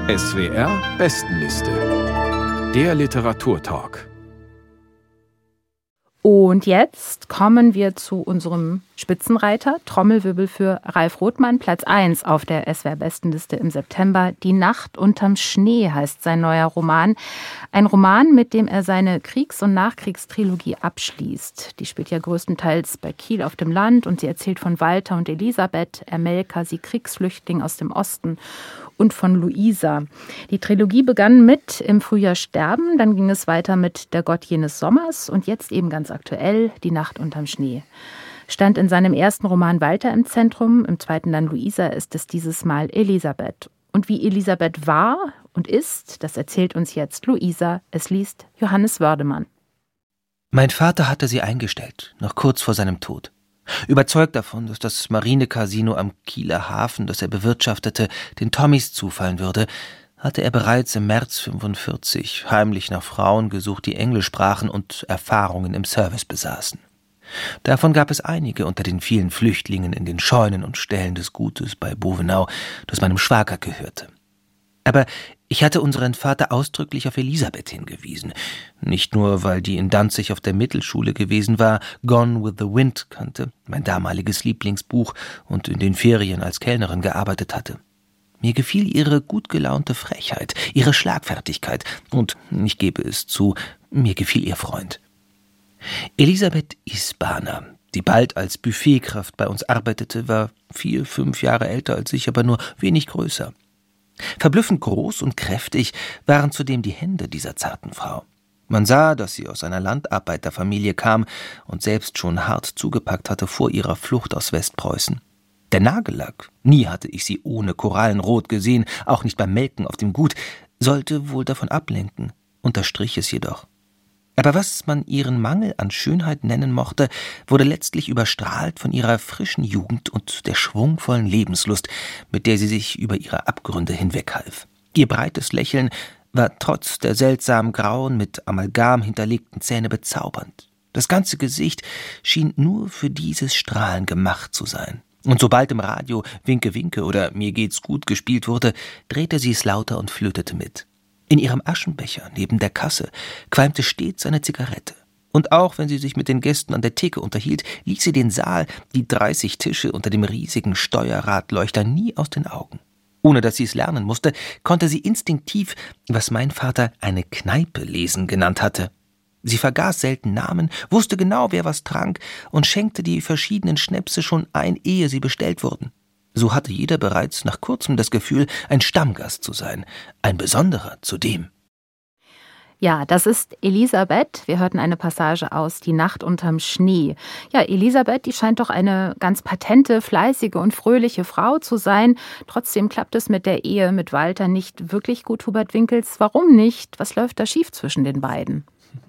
SWR Bestenliste. Der Literaturtalk. Und jetzt kommen wir zu unserem Spitzenreiter, Trommelwirbel für Ralf Rothmann, Platz 1 auf der SWR-Bestenliste im September. Die Nacht unterm Schnee heißt sein neuer Roman. Ein Roman, mit dem er seine Kriegs- und Nachkriegstrilogie abschließt. Die spielt ja größtenteils bei Kiel auf dem Land und sie erzählt von Walter und Elisabeth, Ermelka, sie Kriegsflüchtling aus dem Osten, und von Luisa. Die Trilogie begann mit Im Frühjahr sterben, dann ging es weiter mit Der Gott jenes Sommers und jetzt eben ganz aktuell Die Nacht unterm Schnee. Stand in seinem ersten Roman Walter im Zentrum, im zweiten dann Luisa, ist es dieses Mal Elisabeth. Und wie Elisabeth war und ist, das erzählt uns jetzt Luisa. Es liest Johannes Wördemann. Mein Vater hatte sie eingestellt, noch kurz vor seinem Tod. Überzeugt davon, dass das Marine-Casino am Kieler Hafen, das er bewirtschaftete, den Tommys zufallen würde, hatte er bereits im März 1945 heimlich nach Frauen gesucht, die Englisch sprachen und Erfahrungen im Service besaßen. Davon gab es einige unter den vielen Flüchtlingen in den Scheunen und Ställen des Gutes bei Bovenau, das meinem Schwager gehörte. Aber ich hatte unseren Vater ausdrücklich auf Elisabeth hingewiesen. Nicht nur, weil die in Danzig auf der Mittelschule gewesen war, Gone with the Wind kannte, mein damaliges Lieblingsbuch, und in den Ferien als Kellnerin gearbeitet hatte. Mir gefiel ihre gut gelaunte Frechheit, ihre Schlagfertigkeit und, ich gebe es zu, mir gefiel ihr Freund. Elisabeth Isbaner, die bald als Buffetkraft bei uns arbeitete, war 4-5 Jahre älter als ich, aber nur wenig größer. Verblüffend groß und kräftig waren zudem die Hände dieser zarten Frau. Man sah, dass sie aus einer Landarbeiterfamilie kam und selbst schon hart zugepackt hatte vor ihrer Flucht aus Westpreußen. Der Nagellack, nie hatte ich sie ohne Korallenrot gesehen, auch nicht beim Melken auf dem Gut, sollte wohl davon ablenken, unterstrich es jedoch. Aber was man ihren Mangel an Schönheit nennen mochte, wurde letztlich überstrahlt von ihrer frischen Jugend und der schwungvollen Lebenslust, mit der sie sich über ihre Abgründe hinweghalf. Ihr breites Lächeln war trotz der seltsamen grauen, mit Amalgam hinterlegten Zähne bezaubernd. Das ganze Gesicht schien nur für dieses Strahlen gemacht zu sein. Und sobald im Radio Winke Winke oder Mir geht's gut gespielt wurde, drehte sie es lauter und flötete mit. In ihrem Aschenbecher neben der Kasse qualmte stets eine Zigarette. Und auch wenn sie sich mit den Gästen an der Theke unterhielt, ließ sie den Saal, die 30 Tische unter dem riesigen Steuerradleuchter nie aus den Augen. Ohne dass sie es lernen musste, konnte sie instinktiv, was mein Vater eine Kneipe lesen genannt hatte. Sie vergaß selten Namen, wusste genau, wer was trank und schenkte die verschiedenen Schnäpse schon ein, ehe sie bestellt wurden. So hatte jeder bereits nach kurzem das Gefühl, ein Stammgast zu sein, ein besonderer zudem. Ja, das ist Elisabeth. Wir hörten eine Passage aus Die Nacht unterm Schnee. Ja, Elisabeth, die scheint doch eine ganz patente, fleißige und fröhliche Frau zu sein. Trotzdem klappt es mit der Ehe mit Walter nicht wirklich gut, Hubert Winkels. Warum nicht? Was läuft da schief zwischen den beiden?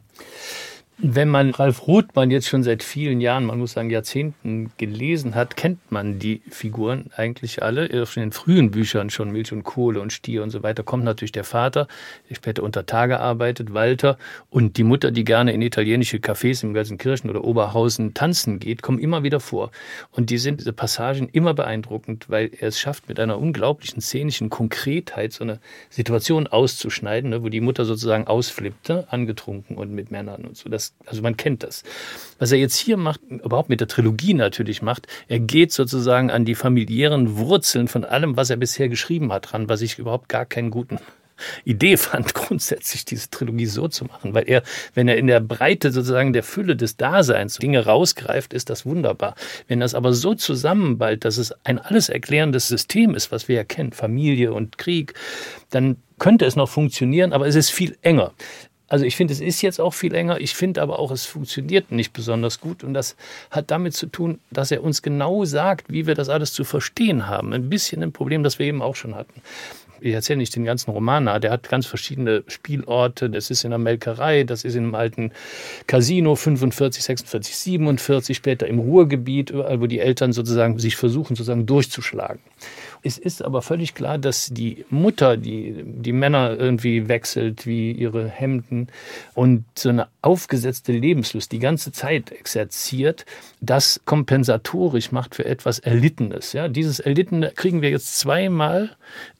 Wenn man Ralf Rothmann jetzt schon seit vielen Jahren, man muss sagen Jahrzehnten, gelesen hat, kennt man die Figuren eigentlich alle. Schon in den frühen Büchern, schon Milch und Kohle und Stier und so weiter, kommt natürlich der Vater, der später unter Tage arbeitet, Walter, und die Mutter, die gerne in italienische Cafés in Gelsenkirchen oder Oberhausen tanzen geht, kommen immer wieder vor. Und die sind, diese Passagen, immer beeindruckend, weil er es schafft, mit einer unglaublichen szenischen Konkretheit so eine Situation auszuschneiden, ne, wo die Mutter sozusagen ausflippte, angetrunken und mit Männern und so. Also man kennt das. Was er jetzt hier macht, überhaupt mit der Trilogie natürlich macht, er geht sozusagen an die familiären Wurzeln von allem, was er bisher geschrieben hat, ran, was ich überhaupt gar keinen guten Idee fand, grundsätzlich diese Trilogie so zu machen, weil er, wenn er in der Breite sozusagen der Fülle des Daseins Dinge rausgreift, ist das wunderbar. Wenn das aber so zusammenballt, dass es ein alles erklärendes System ist, was wir ja kennen, Familie und Krieg, dann könnte es noch funktionieren, aber es ist viel enger. Also ich finde, es ist jetzt auch viel enger. Ich finde aber auch, es funktioniert nicht besonders gut. Und das hat damit zu tun, dass er uns genau sagt, wie wir das alles zu verstehen haben. Ein bisschen ein Problem, das wir eben auch schon hatten. Ich erzähle nicht den ganzen Roman nach, der hat ganz verschiedene Spielorte. Das ist in der Melkerei, das ist im alten Casino 45, 46, 47, später im Ruhrgebiet, überall, wo die Eltern sozusagen sich versuchen, sozusagen durchzuschlagen. Es ist aber völlig klar, dass die Mutter, die Männer irgendwie wechselt, wie ihre Hemden, und so eine aufgesetzte Lebenslust die ganze Zeit exerziert, das kompensatorisch macht für etwas Erlittenes. Ja, dieses Erlittene kriegen wir jetzt zweimal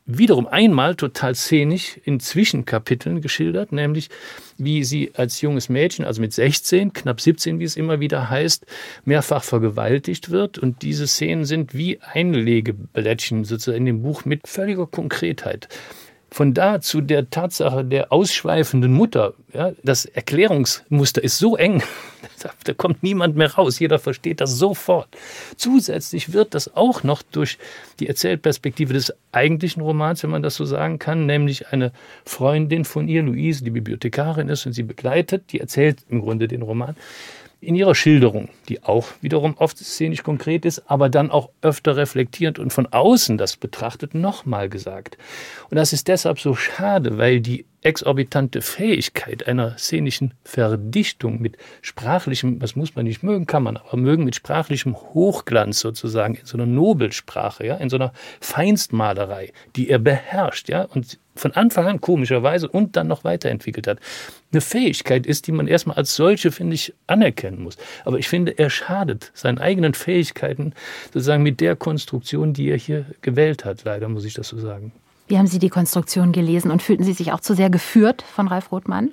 wiederum einmal total szenisch in Zwischenkapiteln geschildert, nämlich wie sie als junges Mädchen, also mit 16, knapp 17, wie es immer wieder heißt, mehrfach vergewaltigt wird. Und diese Szenen sind wie Einlegeblättchen sozusagen in dem Buch mit völliger Konkretheit. Von da zu der Tatsache der ausschweifenden Mutter, ja, das Erklärungsmuster ist so eng, da kommt niemand mehr raus, jeder versteht das sofort. Zusätzlich wird das auch noch durch die Erzählperspektive des eigentlichen Romans, wenn man das so sagen kann, nämlich eine Freundin von ihr, Louise, die Bibliothekarin ist und sie begleitet, die erzählt im Grunde den Roman, in ihrer Schilderung, die auch wiederum oft szenisch konkret ist, aber dann auch öfter reflektierend und von außen das betrachtet, nochmal gesagt. Und das ist deshalb so schade, weil die exorbitante Fähigkeit einer szenischen Verdichtung mit sprachlichem, das muss man nicht mögen, kann man aber mögen, mit sprachlichem Hochglanz sozusagen, in so einer Nobelsprache, ja, in so einer Feinstmalerei, die er beherrscht, ja, und von Anfang an komischerweise und dann noch weiterentwickelt hat. Eine Fähigkeit ist, die man erstmal als solche, finde ich, anerkennen muss. Aber ich finde, er schadet seinen eigenen Fähigkeiten sozusagen mit der Konstruktion, die er hier gewählt hat. Leider muss ich das so sagen. Wie haben Sie die Konstruktion gelesen und fühlten Sie sich auch zu sehr geführt von Ralf Rothman?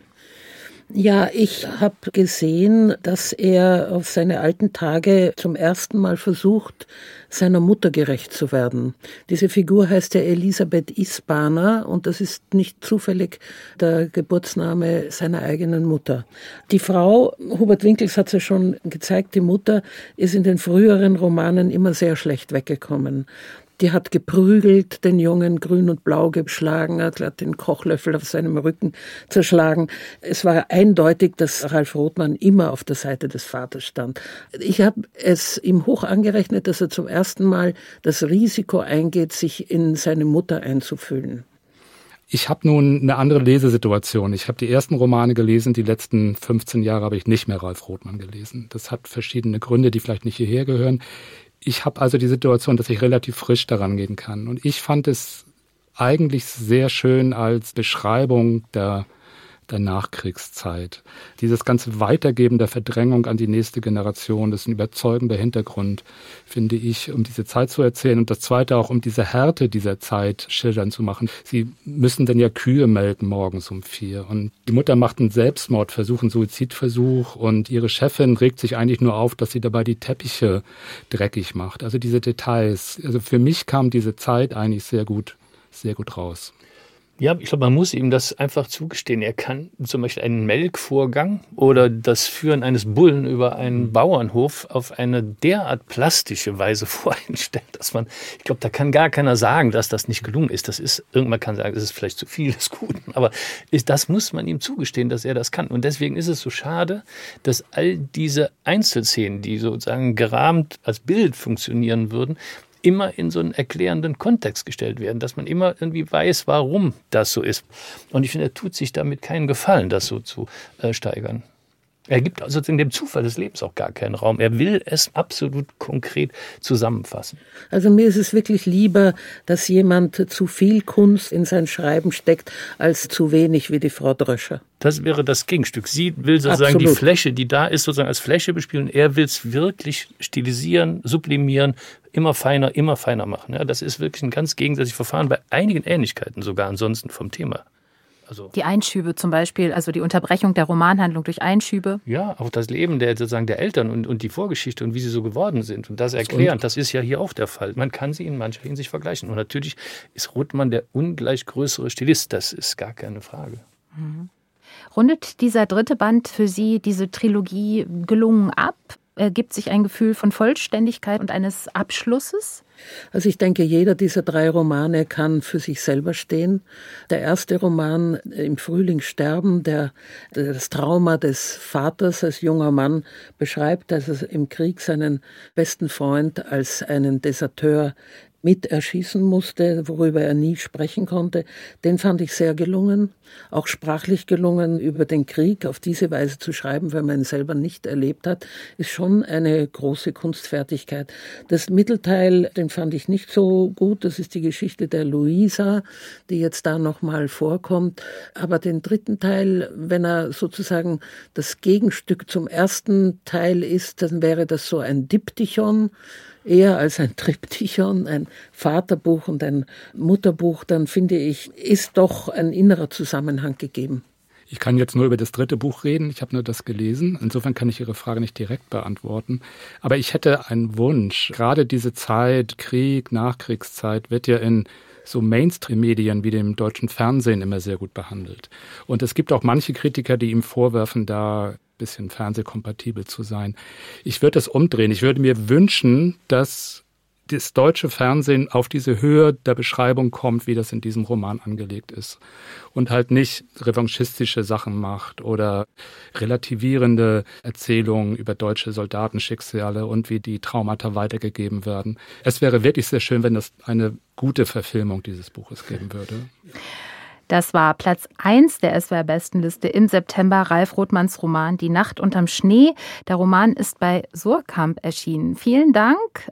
Ja, ich habe gesehen, dass er auf seine alten Tage zum ersten Mal versucht, seiner Mutter gerecht zu werden. Diese Figur heißt ja Elisabeth Isbaner und das ist nicht zufällig der Geburtsname seiner eigenen Mutter. Die Frau, Hubert Winkels hat es ja schon gezeigt, die Mutter ist in den früheren Romanen immer sehr schlecht weggekommen. Die hat geprügelt, den Jungen grün und blau geschlagen, hat den Kochlöffel auf seinem Rücken zerschlagen. Es war eindeutig, dass Ralf Rothman immer auf der Seite des Vaters stand. Ich habe es ihm hoch angerechnet, dass er zum ersten Mal das Risiko eingeht, sich in seine Mutter einzufühlen. Ich habe nun eine andere Lesesituation. Ich habe die ersten Romane gelesen, die letzten 15 Jahre habe ich nicht mehr Ralf Rothman gelesen. Das hat verschiedene Gründe, die vielleicht nicht hierher gehören. Ich habe also die Situation, dass ich relativ frisch daran gehen kann. Und ich fand es eigentlich sehr schön als Beschreibung der Nachkriegszeit. Dieses ganze Weitergeben der Verdrängung an die nächste Generation, das ist ein überzeugender Hintergrund, finde ich, um diese Zeit zu erzählen. Und das Zweite auch, um diese Härte dieser Zeit schildern zu machen. Sie müssen dann ja Kühe melken morgens um 4. Und die Mutter macht einen Selbstmordversuch, einen Suizidversuch. Und ihre Chefin regt sich eigentlich nur auf, dass sie dabei die Teppiche dreckig macht. Also diese Details. Also für mich kam diese Zeit eigentlich sehr gut raus. Ja, ich glaube, man muss ihm das einfach zugestehen. Er kann zum Beispiel einen Melkvorgang oder das Führen eines Bullen über einen Bauernhof auf eine derart plastische Weise vorstellen, dass man, ich glaube, da kann gar keiner sagen, dass das nicht gelungen ist. Das ist, irgendwann kann sagen, das ist vielleicht zu viel des Guten, aber das muss man ihm zugestehen, dass er das kann. Und deswegen ist es so schade, dass all diese Einzelszenen, die sozusagen gerahmt als Bild funktionieren würden, immer in so einen erklärenden Kontext gestellt werden, dass man immer irgendwie weiß, warum das so ist. Und ich finde, er tut sich damit keinen Gefallen, das so zu steigern. Er gibt also in dem Zufall des Lebens auch gar keinen Raum. Er will es absolut konkret zusammenfassen. Also mir ist es wirklich lieber, dass jemand zu viel Kunst in sein Schreiben steckt, als zu wenig wie die Frau Dröscher. Das wäre das Gegenstück. Sie will sozusagen die Fläche, die da ist, sozusagen als Fläche bespielen. Er will es wirklich stilisieren, sublimieren, immer feiner machen. Ja, das ist wirklich ein ganz gegensätzliches Verfahren, bei einigen Ähnlichkeiten sogar ansonsten vom Thema. Also die Einschübe zum Beispiel, also die Unterbrechung der Romanhandlung durch Einschübe. Ja, auch das Leben der Eltern und die Vorgeschichte und wie sie so geworden sind und das erklären, das ist ja hier auch der Fall. Man kann sie in mancher Hinsicht vergleichen. Und natürlich ist Rothman der ungleich größere Stilist, das ist gar keine Frage. Mhm. Rundet dieser dritte Band für Sie diese Trilogie gelungen ab? Ergibt sich ein Gefühl von Vollständigkeit und eines Abschlusses? Also ich denke, jeder dieser 3 Romane kann für sich selber stehen. Der erste Roman, Im Frühling sterben, der das Trauma des Vaters als junger Mann beschreibt, dass er im Krieg seinen besten Freund als einen Deserteur mit erschießen musste, worüber er nie sprechen konnte. Den fand ich sehr gelungen, auch sprachlich gelungen, über den Krieg auf diese Weise zu schreiben, wenn man ihn selber nicht erlebt hat, ist schon eine große Kunstfertigkeit. Das Mittelteil, den fand ich nicht so gut, das ist die Geschichte der Luisa, die jetzt da nochmal vorkommt. Aber den dritten Teil, wenn er sozusagen das Gegenstück zum ersten Teil ist, dann wäre das so ein Diptychon. eher als ein Triptychon, ein Vaterbuch und ein Mutterbuch, dann finde ich, ist doch ein innerer Zusammenhang gegeben. Ich kann jetzt nur über das 3. Buch reden. Ich habe nur das gelesen. Insofern kann ich Ihre Frage nicht direkt beantworten. Aber ich hätte einen Wunsch. Gerade diese Zeit, Krieg, Nachkriegszeit, wird ja in so Mainstream-Medien wie dem deutschen Fernsehen immer sehr gut behandelt. Und es gibt auch manche Kritiker, die ihm vorwerfen, da ein bisschen fernsehkompatibel zu sein. Ich würde es umdrehen. Ich würde mir wünschen, dass das deutsche Fernsehen auf diese Höhe der Beschreibung kommt, wie das in diesem Roman angelegt ist. Und halt nicht revanchistische Sachen macht oder relativierende Erzählungen über deutsche Soldatenschicksale und wie die Traumata weitergegeben werden. Es wäre wirklich sehr schön, wenn es eine gute Verfilmung dieses Buches geben würde. Das war Platz 1 der SWR-Bestenliste im September, Ralf Rothmans Roman Die Nacht unterm Schnee. Der Roman ist bei Suhrkamp erschienen. Vielen Dank